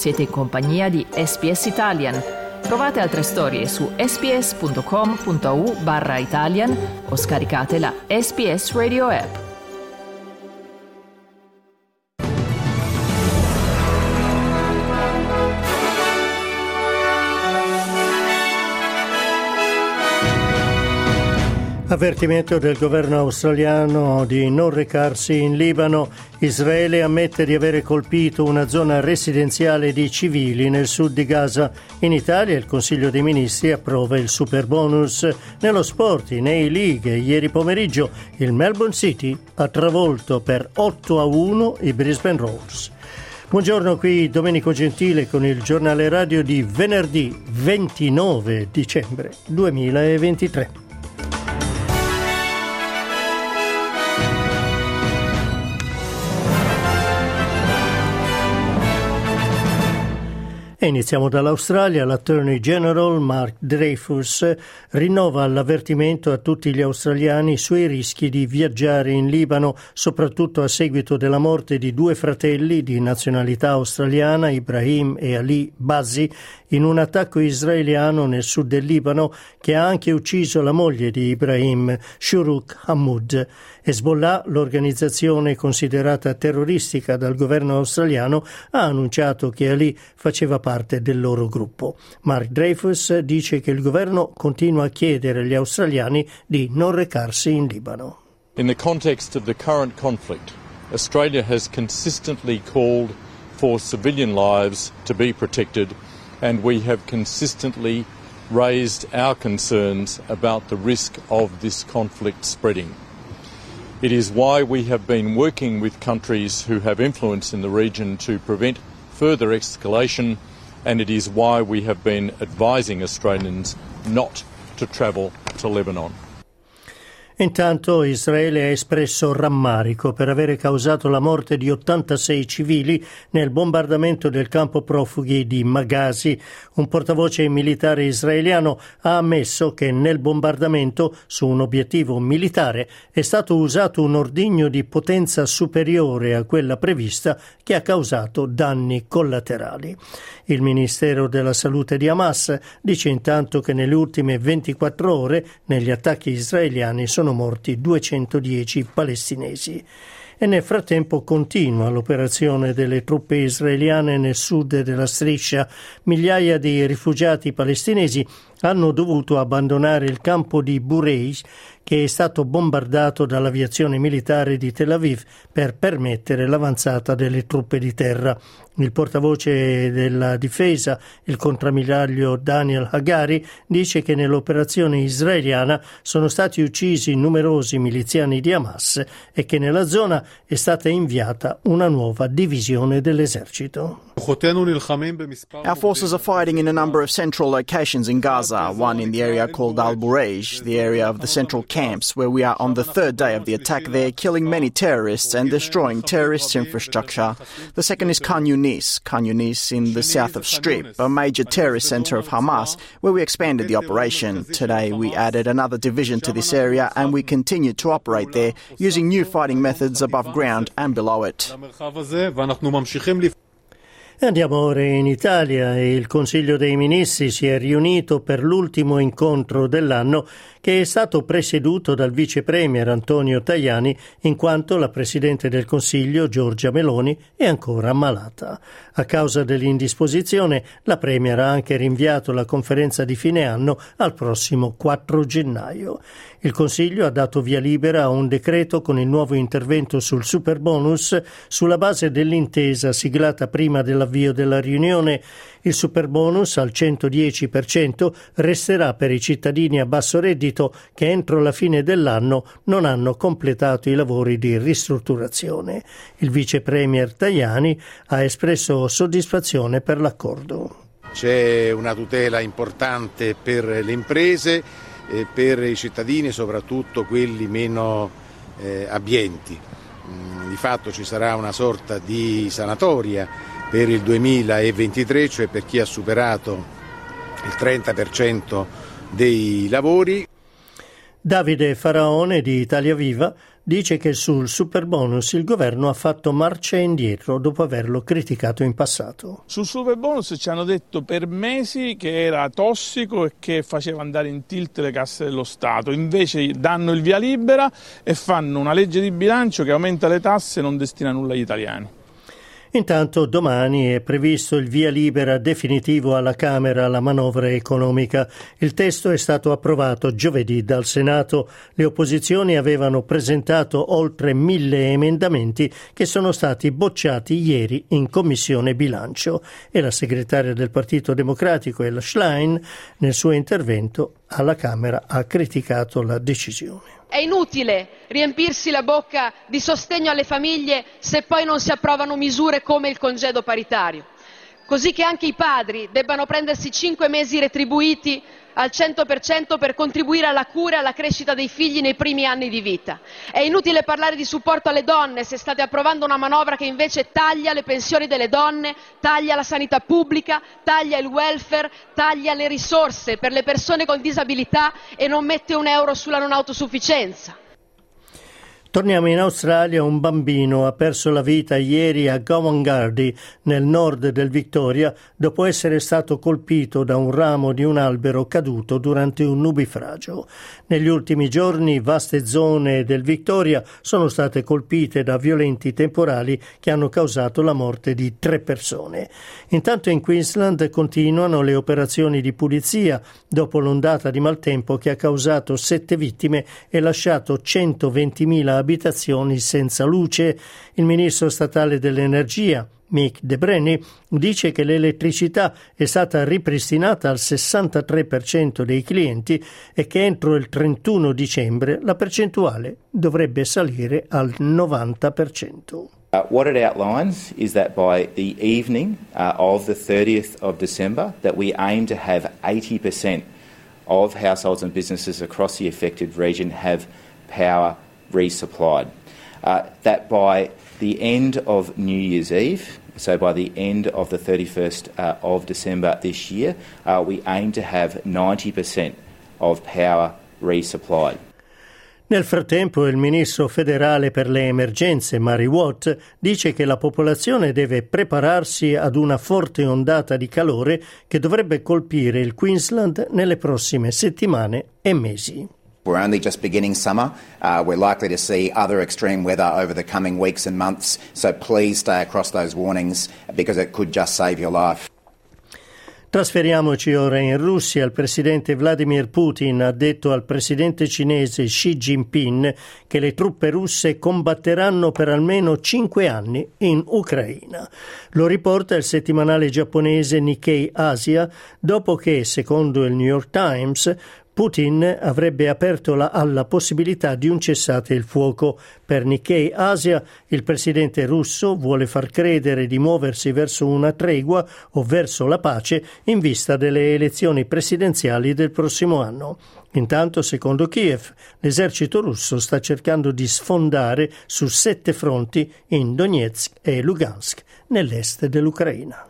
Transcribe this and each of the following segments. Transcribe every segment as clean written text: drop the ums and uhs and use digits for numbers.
Siete in compagnia di SBS Italian. Trovate altre storie su sbs.com.au/Italian o scaricate la SBS Radio app. Avvertimento del governo australiano di non recarsi in Libano. Israele ammette di avere colpito una zona residenziale di civili nel sud di Gaza. In Italia il Consiglio dei Ministri approva il superbonus. Nello sport, in A-League, ieri pomeriggio il Melbourne City ha travolto per 8-1 i Brisbane Roars. Buongiorno, qui Domenico Gentile con il giornale radio di venerdì 29 dicembre 2023. Iniziamo dall'Australia. L'Attorney General Mark Dreyfus rinnova l'avvertimento a tutti gli australiani sui rischi di viaggiare in Libano, soprattutto a seguito della morte di due fratelli di nazionalità australiana, Ibrahim e Ali Bazzi, in un attacco israeliano nel sud del Libano che ha anche ucciso la moglie di Ibrahim, Shuruk Hamoud. Hezbollah, l'organizzazione considerata terroristica dal governo australiano, ha annunciato che Ali faceva parte del loro gruppo. Mark Dreyfus dice che il governo continua a chiedere agli australiani di non recarsi in Libano. In the context of the current conflict, Australia has consistently called for civilian lives to be protected, and we have consistently raised our concerns about the risk of this conflict spreading. It is why we have been working with countries who have influence in the region to prevent further escalation, and it is why we have been advising Australians not to travel to Lebanon. Intanto Israele ha espresso rammarico per avere causato la morte di 86 civili nel bombardamento del campo profughi di Maghazi. Un portavoce militare israeliano ha ammesso che nel bombardamento su un obiettivo militare è stato usato un ordigno di potenza superiore a quella prevista che ha causato danni collaterali. Il Ministero della Salute di Hamas dice intanto che nelle ultime 24 ore negli attacchi israeliani sono morti 210 palestinesi. E nel frattempo continua l'operazione delle truppe israeliane nel sud della striscia. Migliaia di rifugiati palestinesi hanno dovuto abbandonare il campo di Bureish, che è stato bombardato dall'aviazione militare di Tel Aviv per permettere l'avanzata delle truppe di terra. Il portavoce della difesa, il contrammiraglio Daniel Hagari, dice che nell'operazione israeliana sono stati uccisi numerosi miliziani di Hamas e che nella zona è stata inviata una nuova divisione dell'esercito. Our forces are fighting in a number of central locations in Gaza, one in the area called Al-Bureish, the area of the central camps, where we are on the third day of the attack there, killing many terrorists and destroying terrorists' infrastructure. The second is Khan Yunis in the south of Strip, a major terrorist center of Hamas, where we expanded the operation. Today we added another division to this area and we continue to operate there using new fighting methods above ground and below it. Andiamo ora in Italia. Il Consiglio dei Ministri si è riunito per l'ultimo incontro dell'anno, che è stato presieduto dal vice premier Antonio Tajani, in quanto la Presidente del Consiglio Giorgia Meloni è ancora ammalata. A causa dell'indisposizione, la premier ha anche rinviato la conferenza di fine anno al prossimo 4 gennaio. Il Consiglio ha dato via libera a un decreto con il nuovo intervento sul superbonus sulla base dell'intesa siglata prima dell'avvio della riunione. Il superbonus al 110% resterà per i cittadini a basso reddito che entro la fine dell'anno non hanno completato i lavori di ristrutturazione. Il vice premier Tajani ha espresso soddisfazione per l'accordo. C'è una tutela importante per le imprese, per i cittadini, soprattutto quelli meno abbienti. Di fatto ci sarà una sorta di sanatoria per il 2023, cioè per chi ha superato il 30% dei lavori. Davide Faraone di Italia Viva dice che sul superbonus il governo ha fatto marcia indietro dopo averlo criticato in passato. Sul superbonus ci hanno detto per mesi che era tossico e che faceva andare in tilt le casse dello Stato, invece danno il via libera e fanno una legge di bilancio che aumenta le tasse e non destina nulla agli italiani. Intanto domani è previsto il via libera definitivo alla Camera alla manovra economica. Il testo è stato approvato giovedì dal Senato. Le opposizioni avevano presentato oltre 1000 emendamenti che sono stati bocciati ieri in Commissione Bilancio e la segretaria del Partito Democratico, Ella Schlein, nel suo intervento alla Camera ha criticato la decisione. È inutile riempirsi la bocca di sostegno alle famiglie se poi non si approvano misure come il congedo paritario, così che anche i padri debbano prendersi 5 mesi retribuiti al 100% per contribuire alla cura e alla crescita dei figli nei primi anni di vita. È inutile parlare di supporto alle donne se state approvando una manovra che invece taglia le pensioni delle donne, taglia la sanità pubblica, taglia il welfare, taglia le risorse per le persone con disabilità e non mette un euro sulla non autosufficienza. Torniamo in Australia. Un bambino ha perso la vita ieri a Gowangardi, nel nord del Victoria, dopo essere stato colpito da un ramo di un albero caduto durante un nubifragio. Negli ultimi giorni vaste zone del Victoria sono state colpite da violenti temporali che hanno causato la morte di 3 persone. Intanto in Queensland continuano le operazioni di pulizia dopo l'ondata di maltempo che ha causato 7 vittime e lasciato 120.000 abitazioni senza luce. Il ministro statale dell'energia, Mick De Brenny, dice che l'elettricità è stata ripristinata al 63% dei clienti e che entro il 31 dicembre la percentuale dovrebbe salire al 90%. What it outlines is that by the evening of the 30th of December that we aim to have 80% of households and businesses across the affected region have power resupplied. That by the end of New Year's Eve, so by the end of the 31st of December this year, we aim to have 90% of power resupplied. Nel frattempo il ministro federale per le emergenze, Mary Watt, dice che la popolazione deve prepararsi ad una forte ondata di calore che dovrebbe colpire il Queensland nelle prossime settimane e mesi. We're only just beginning summer. We're likely to see other extreme weather over the coming weeks and months, so please stay across those warnings because it could just save your life. Trasferiamoci ora in Russia. Il presidente Vladimir Putin ha detto al presidente cinese Xi Jinping che le truppe russe combatteranno per almeno 5 anni in Ucraina. Lo riporta il settimanale giapponese Nikkei Asia, dopo che, secondo il New York Times, Putin avrebbe aperto alla possibilità di un cessate il fuoco. Per Nikkei Asia, il presidente russo vuole far credere di muoversi verso una tregua o verso la pace in vista delle elezioni presidenziali del prossimo anno. Intanto, secondo Kiev, l'esercito russo sta cercando di sfondare su 7 fronti in Donetsk e Lugansk, nell'est dell'Ucraina.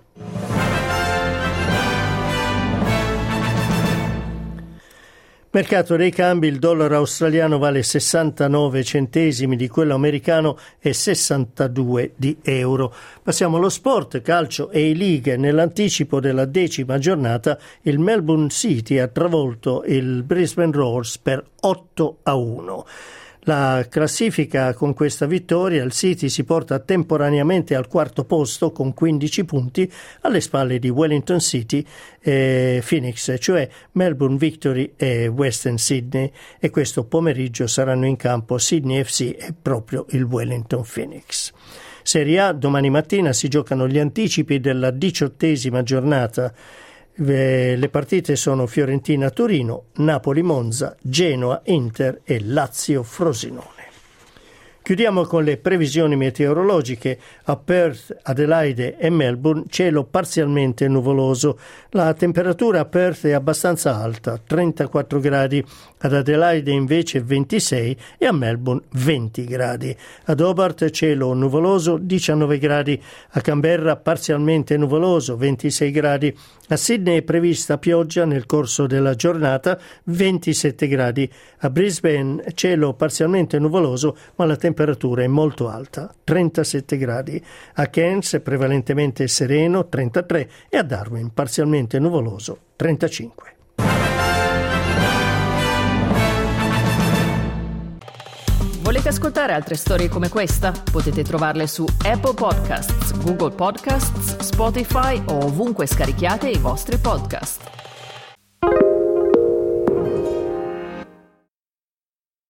Mercato dei cambi: il dollaro australiano vale 69 centesimi di quello americano e 62 di euro. Passiamo allo sport, calcio e A-League. Nell'anticipo della 10ª giornata il Melbourne City ha travolto il Brisbane Roars per 8-1. La classifica: con questa vittoria il City si porta temporaneamente al 4º posto con 15 punti, alle spalle di Wellington City e Phoenix, cioè Melbourne Victory e Western Sydney, e questo pomeriggio saranno in campo Sydney FC e proprio il Wellington Phoenix. Serie A: domani mattina si giocano gli anticipi della 18ª giornata. Le partite sono Fiorentina-Torino, Napoli-Monza, Genoa-Inter e Lazio-Frosinone. Chiudiamo con le previsioni meteorologiche. A Perth, Adelaide e Melbourne cielo parzialmente nuvoloso. La temperatura a Perth è abbastanza alta, 34 gradi, ad Adelaide invece 26 e a Melbourne 20 gradi. Ad Hobart cielo nuvoloso, 19 gradi, a Canberra parzialmente nuvoloso, 26 gradi, a Sydney è prevista pioggia nel corso della giornata, 27 gradi, a Brisbane cielo parzialmente nuvoloso ma la temperatura è molto alta, 37 gradi, a Cairns è prevalentemente sereno, 33 e a Darwin parzialmente nuvoloso, 35. Volete ascoltare altre storie come questa? Potete trovarle su Apple Podcasts, Google Podcasts, Spotify o ovunque scarichiate i vostri podcast.